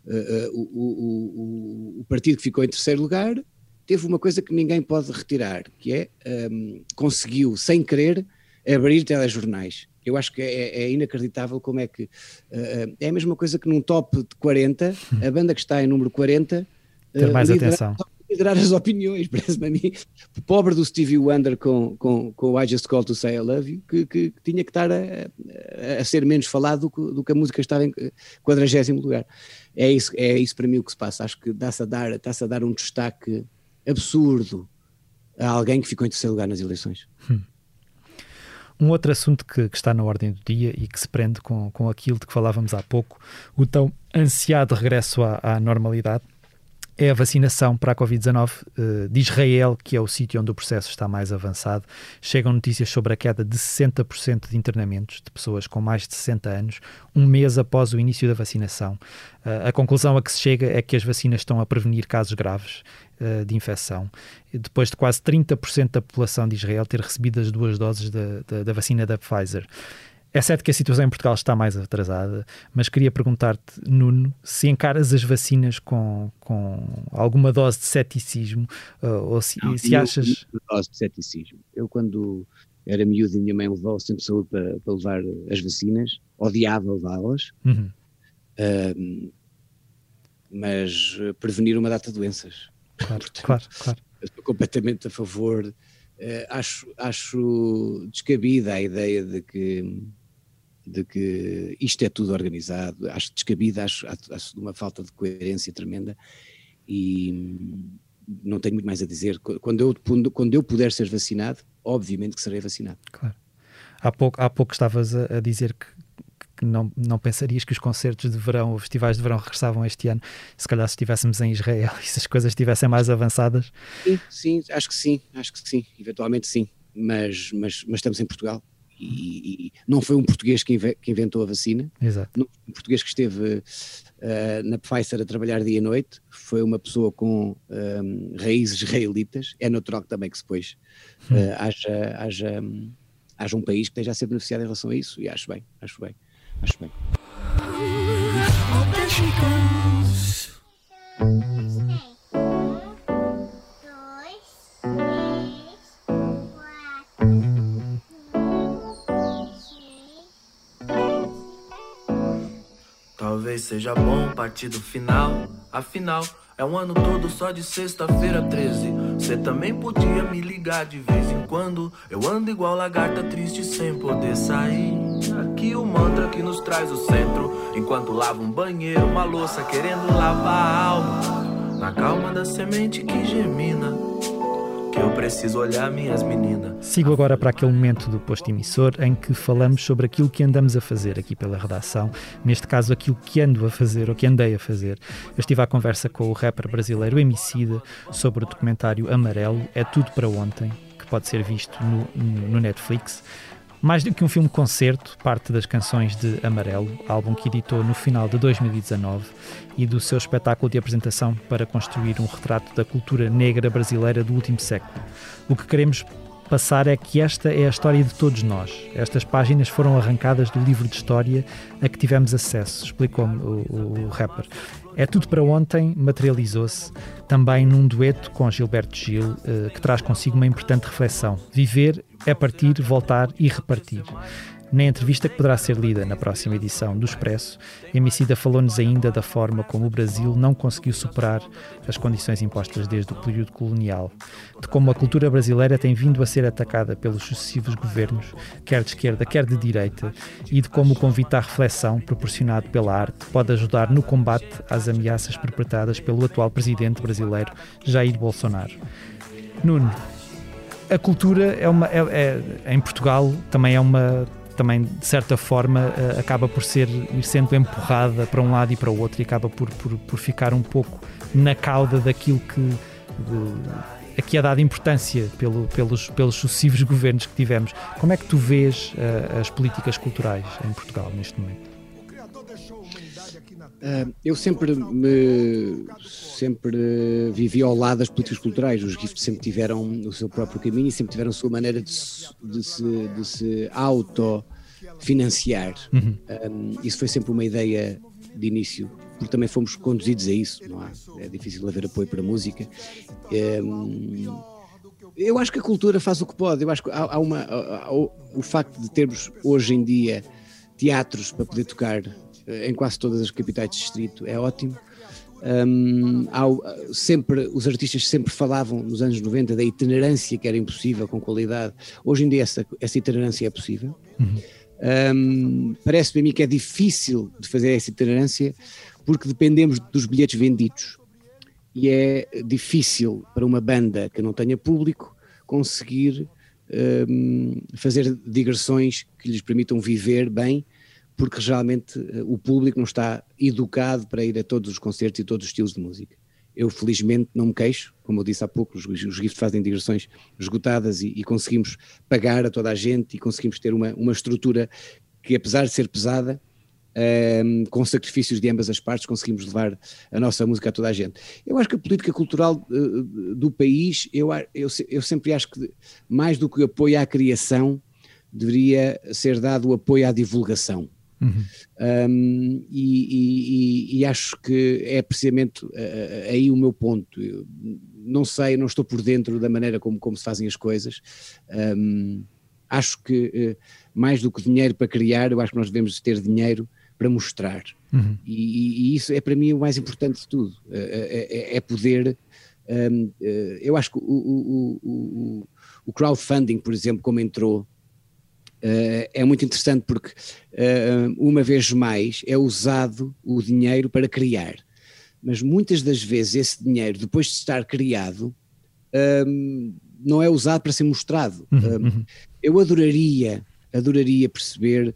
o partido que ficou em terceiro lugar teve uma coisa que ninguém pode retirar, que é conseguiu, sem querer, abrir telejornais. Eu acho que é inacreditável como é que é a mesma coisa que num top de 40, a banda que está em número 40 ter mais atenção. Liderar as opiniões, parece-me a mim, o pobre do Stevie Wonder com I Just Called to Say I Love You, que tinha que estar a ser menos falado do que a música estava em 40º lugar. É isso para mim o que se passa. Acho que está-se a dar um destaque absurdo a alguém que ficou em terceiro lugar nas eleições. Um outro assunto que está na ordem do dia e que se prende com aquilo de que falávamos há pouco, o tão ansiado regresso à normalidade, é a vacinação para a Covid-19 de Israel, que é o sítio onde o processo está mais avançado. Chegam notícias sobre a queda de 60% de internamentos de pessoas com mais de 60 anos, um mês após o início da vacinação. A conclusão a que se chega é que as vacinas estão a prevenir casos graves de infecção, depois de quase 30% da população de Israel ter recebido as 2 doses da vacina da Pfizer. É certo que a situação em Portugal está mais atrasada, mas queria perguntar-te, Nuno, se encaras as vacinas com alguma dose de ceticismo, ou se achas... Uma dose de ceticismo. Eu, quando era miúdo, minha mãe levou ao centro de saúde para levar as vacinas, odiava levá-las, mas prevenir uma data de doenças. Claro, portanto, claro. Eu estou completamente a favor. Acho descabida a ideia de que isto é tudo organizado. Acho descabida, acho uma falta de coerência tremenda e não tenho muito mais a dizer. Quando eu puder ser vacinado, obviamente que serei vacinado. Claro. Há pouco estavas a dizer que não pensarias que os concertos de verão, os festivais de verão regressavam este ano, se calhar se estivéssemos em Israel e se as coisas estivessem mais avançadas. Sim, acho que sim, eventualmente sim, mas estamos em Portugal e não foi um português que inventou a vacina. Exato. Não foi um português que esteve na Pfizer a trabalhar dia e noite, foi uma pessoa com raízes israelitas. É natural que também que depois haja um país que esteja a ser beneficiado em relação a isso, e acho bem. Talvez seja bom partir do final, afinal é um ano todo só de sexta-feira 13. Cê também podia me ligar de vez em quando. Eu ando igual lagarta triste sem poder sair. Aqui o mantra que nos traz o centro, enquanto lava um banheiro, uma louça querendo lavar a alma. Na calma da semente que germina, que eu preciso olhar minhas meninas. Sigo agora para aquele momento do posto emissor em que falamos sobre aquilo que andamos a fazer aqui pela redação, neste caso aquilo que ando a fazer ou que andei a fazer. Eu estive à conversa com o rapper brasileiro Emicida sobre o documentário Amarelo, É Tudo para Ontem, que pode ser visto no Netflix. Mais do que um filme-concerto, parte das canções de Amarelo, álbum que editou no final de 2019, e do seu espetáculo de apresentação para construir um retrato da cultura negra brasileira do último século. O que queremos passar é que esta é a história de todos nós. Estas páginas foram arrancadas do livro de história a que tivemos acesso, explicou-me o rapper. É Tudo para Ontem materializou-se também num dueto com Gilberto Gil, que traz consigo uma importante reflexão. Viver é partir, voltar e repartir. Na entrevista que poderá ser lida na próxima edição do Expresso, Emicida falou-nos ainda da forma como o Brasil não conseguiu superar as condições impostas desde o período colonial, de como a cultura brasileira tem vindo a ser atacada pelos sucessivos governos, quer de esquerda, quer de direita, e de como o convite à reflexão proporcionado pela arte pode ajudar no combate às ameaças perpetradas pelo atual presidente brasileiro Jair Bolsonaro. Nuno, a cultura em Portugal também de certa forma acaba por ir sendo empurrada para um lado e para o outro e acaba por ficar um pouco na cauda daquilo a que é dada importância pelos sucessivos governos que tivemos. Como é que tu vês as políticas culturais em Portugal neste momento? Eu sempre vivi ao lado das políticas culturais. Os GIFT sempre tiveram o seu próprio caminho e sempre tiveram a sua maneira de se autofinanciar. Isso foi sempre uma ideia de início, porque também fomos conduzidos a isso, não é? É difícil haver apoio para a música. Eu acho que a cultura faz o que pode. Eu acho que o facto de termos hoje em dia teatros para poder tocar em quase todas as capitais de distrito é ótimo. Os artistas sempre falavam nos anos 90 da itinerância que era impossível com qualidade. Hoje em dia essa itinerância é possível. Parece-me a mim que é difícil de fazer essa itinerância porque dependemos dos bilhetes vendidos e é difícil para uma banda que não tenha público conseguir fazer digressões que lhes permitam viver bem, porque realmente o público não está educado para ir a todos os concertos e todos os estilos de música. Eu felizmente não me queixo, como eu disse há pouco, os GIFT fazem digressões esgotadas e conseguimos pagar a toda a gente e conseguimos ter uma estrutura que, apesar de ser pesada, com sacrifícios de ambas as partes, conseguimos levar a nossa música a toda a gente. Eu acho que a política cultural do país, eu sempre acho que mais do que o apoio à criação, deveria ser dado o apoio à divulgação. E acho que é precisamente aí o meu ponto. Eu não sei, não estou por dentro da maneira como se fazem as coisas. Acho que mais do que dinheiro para criar, eu acho que nós devemos ter dinheiro para mostrar. E isso é para mim o mais importante de tudo. É poder. Eu acho que o crowdfunding, por exemplo, como entrou, é muito interessante porque uma vez mais é usado o dinheiro para criar, mas muitas das vezes esse dinheiro, depois de estar criado, não é usado para ser mostrado. Eu adoraria perceber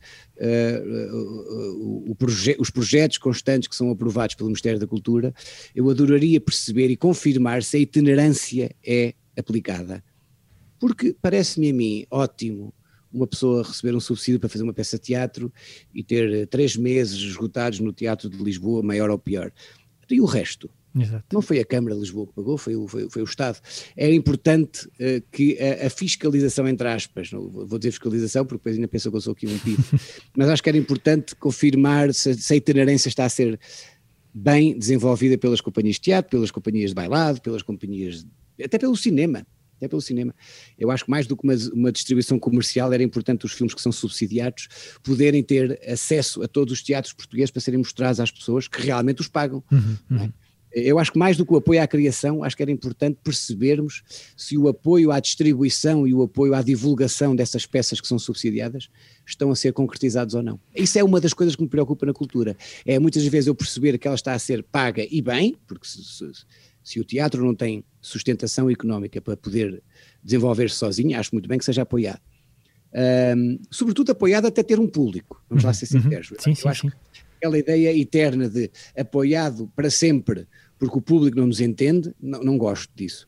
os projetos constantes que são aprovados pelo Ministério da Cultura. Eu adoraria perceber e confirmar se a itinerância é aplicada, porque parece-me a mim ótimo uma pessoa receber um subsídio para fazer uma peça de teatro e ter 3 meses esgotados no Teatro de Lisboa, maior ou pior. E o resto? Exato. Não foi a Câmara de Lisboa que pagou, foi o Estado. Era importante que a fiscalização, entre aspas, não vou dizer fiscalização porque depois ainda penso que eu sou aqui um pipo, mas acho que era importante confirmar se a itinerância está a ser bem desenvolvida pelas companhias de teatro, pelas companhias de bailado, pelas companhias, até pelo cinema. Eu acho que mais do que uma distribuição comercial era importante os filmes que são subsidiados poderem ter acesso a todos os teatros portugueses para serem mostrados às pessoas que realmente os pagam. Não é? Eu acho que mais do que o apoio à criação, acho que era importante percebermos se o apoio à distribuição e o apoio à divulgação dessas peças que são subsidiadas estão a ser concretizados ou não. Isso é uma das coisas que me preocupa na cultura. É muitas vezes eu perceber que ela está a ser paga e bem, porque se o teatro não tem sustentação económica para poder desenvolver-se sozinho, acho muito bem que seja apoiado. Sobretudo apoiado até ter um público, vamos lá ser sinceros. Eu acho que aquela ideia eterna de apoiado para sempre porque o público não nos entende, não gosto disso.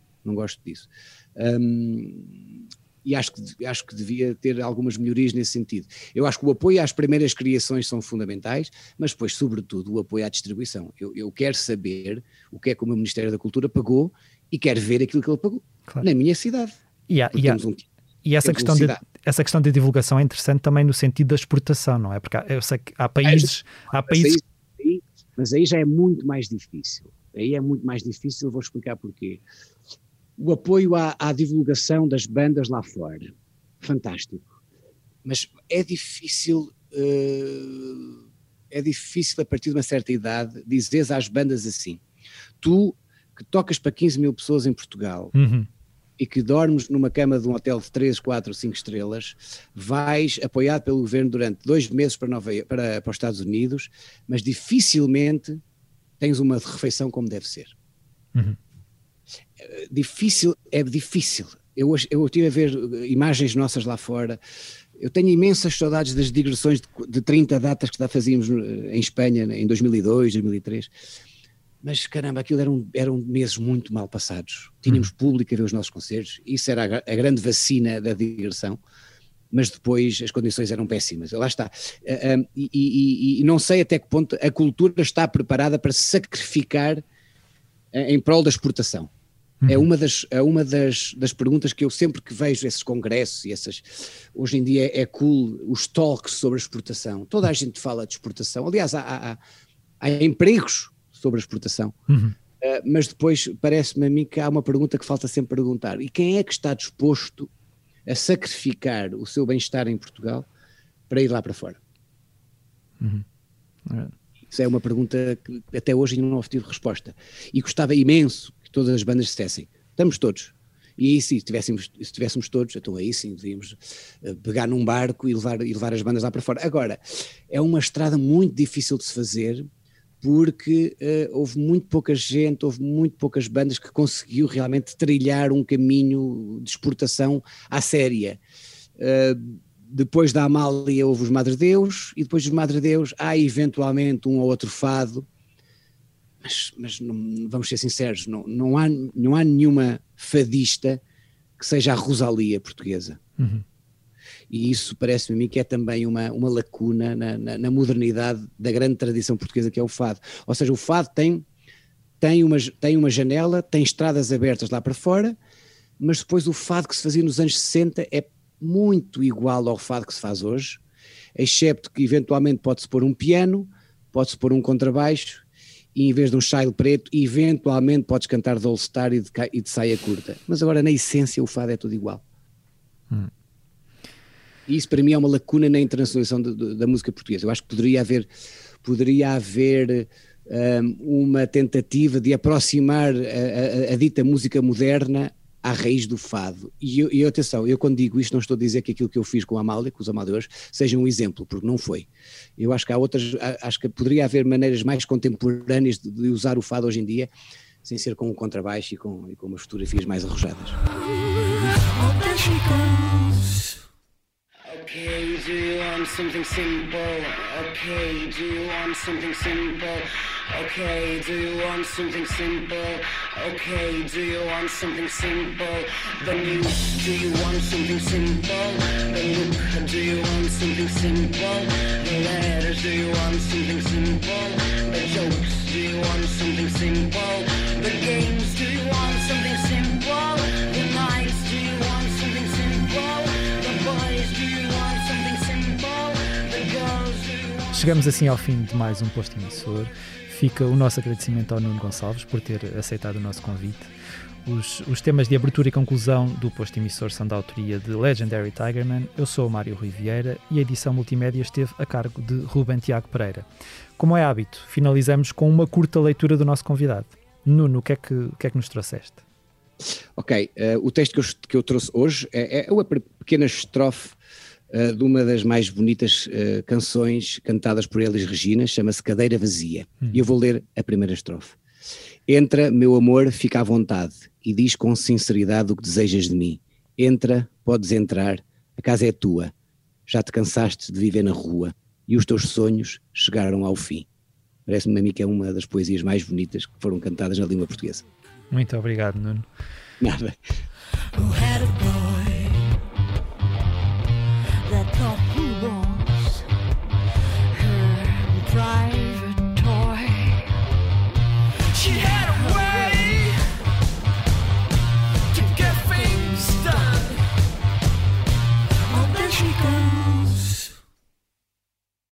E acho que devia ter algumas melhorias nesse sentido. Eu acho que o apoio às primeiras criações são fundamentais, mas depois, sobretudo, o apoio à distribuição. Eu quero saber o que é que o meu Ministério da Cultura pagou e quero ver aquilo que ele pagou, claro, na minha cidade. E essa questão de divulgação é interessante também no sentido da exportação, não é? Porque eu sei que há países... Mas aí já é muito mais difícil. Aí é muito mais difícil, vou explicar porquê. O apoio à divulgação das bandas lá fora, fantástico. Mas é difícil a partir de uma certa idade dizeres às bandas assim, tu que tocas para 15 mil pessoas em Portugal e que dormes numa cama de um hotel de 3, 4, 5 estrelas, vais apoiado pelo governo durante 2 meses para os Estados Unidos, mas dificilmente tens uma refeição como deve ser. É difícil. Eu estive a ver imagens nossas lá fora. Eu tenho imensas saudades das digressões de 30 datas que fazíamos em Espanha em 2002, 2003. Mas caramba, aquilo eram meses muito mal passados. Tínhamos público a ver os nossos concertos, isso era a grande vacina da digressão, mas depois as condições eram péssimas. Lá está. E não sei até que ponto a cultura está preparada para se sacrificar em prol da exportação. É uma das perguntas que eu sempre que vejo esses congressos e hoje em dia é cool os talks sobre a exportação. Toda a gente fala de exportação. Aliás, há empregos sobre a exportação. Mas depois parece-me a mim que há uma pergunta que falta sempre perguntar. E quem é que está disposto a sacrificar o seu bem-estar em Portugal para ir lá para fora? Isso é uma pergunta que até hoje ainda não obtive resposta. E gostava imenso que todas as bandas dissessem, estamos todos. E aí se estivéssemos todos, então aí sim devíamos pegar num barco e levar as bandas lá para fora. Agora, é uma estrada muito difícil de se fazer, porque houve muito pouca gente, houve muito poucas bandas que conseguiu realmente trilhar um caminho de exportação à séria. Depois da Amália houve os Madre Deus, e depois dos Madre Deus há eventualmente um ou outro fado, mas não, vamos ser sinceros, não há nenhuma fadista que seja a Rosalia portuguesa. E isso parece-me a mim que é também uma lacuna na modernidade da grande tradição portuguesa que é o fado. Ou seja, o fado tem uma janela, tem estradas abertas lá para fora, mas depois o fado que se fazia nos anos 60 é muito igual ao fado que se faz hoje, excepto que eventualmente pode-se pôr um piano, pode-se pôr um contrabaixo, e em vez de um chile preto, eventualmente podes cantar de all-star e de saia curta. Mas agora, na essência, o fado é tudo igual. E isso para mim é uma lacuna na internacionalização da música portuguesa. Eu acho que poderia haver uma tentativa de aproximar a dita música moderna à raiz do fado. E atenção, eu quando digo isto não estou a dizer que aquilo que eu fiz com a Amália, com os Amadores, seja um exemplo, porque não foi. Eu acho que há outras, acho que poderia haver maneiras mais contemporâneas de usar o fado hoje em dia, sem ser com o contrabaixo e com umas fotografias mais arrojadas. Okay, do you want something simple? Okay, do you want something simple? Okay, do you want something simple? Okay, do you want something simple? The news, do you want something simple? The look, do you want something simple? The letters, do you want something simple? The jokes, do you want something simple? The games, do you want something simple? The nights, do you want something simple? The boys, do you want something simple? The girls, do you want... Chegamos assim ao fim de mais um Posto Emissor. Fica o nosso agradecimento ao Nuno Gonçalves por ter aceitado o nosso convite. Os temas de abertura e conclusão do Posto Emissor são da autoria de Legendary Tigerman. Eu sou o Mário Rui Vieira e a edição multimédia esteve a cargo de Ruben Tiago Pereira. Como é hábito, finalizamos com uma curta leitura do nosso convidado. Nuno, o que é que nos trouxeste? Ok, o texto que eu trouxe hoje é uma pequena estrofe de uma das mais bonitas canções cantadas por Elis Regina, chama-se Cadeira Vazia. E eu vou ler a primeira estrofe. Entra, meu amor, fica à vontade e diz com sinceridade o que desejas de mim. Entra, podes entrar, a casa é tua. Já te cansaste de viver na rua e os teus sonhos chegaram ao fim. Parece-me a mim que é uma das poesias mais bonitas que foram cantadas na língua portuguesa. Muito obrigado, Nuno. Nada.